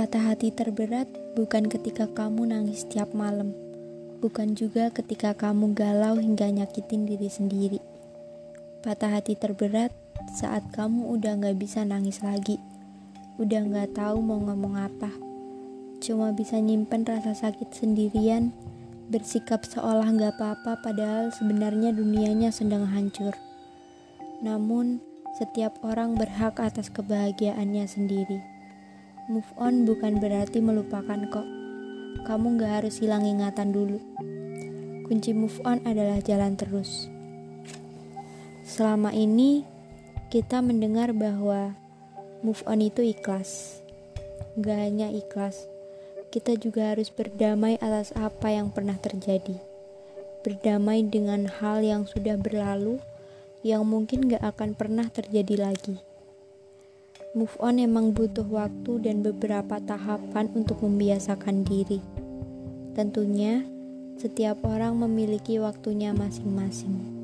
Patah hati terberat bukan ketika kamu nangis setiap malam, bukan juga ketika kamu galau hingga nyakitin diri sendiri. Patah hati terberat saat kamu udah gak bisa nangis lagi, udah gak tahu mau ngomong apa, cuma bisa nyimpen rasa sakit sendirian, bersikap seolah gak apa-apa padahal sebenarnya dunianya sedang hancur. Namun, setiap orang berhak atas kebahagiaannya sendiri. Move on bukan berarti melupakan kok. Kamu gak harus hilang ingatan dulu. Kunci move on adalah jalan terus. Selama ini, kita mendengar bahwa move on itu ikhlas. Gak hanya ikhlas, kita juga harus berdamai atas apa yang pernah terjadi. Berdamai dengan hal yang sudah berlalu, yang mungkin gak akan pernah terjadi lagi. Move on emang butuh waktu dan beberapa tahapan untuk membiasakan diri. Tentunya, setiap orang memiliki waktunya masing-masing.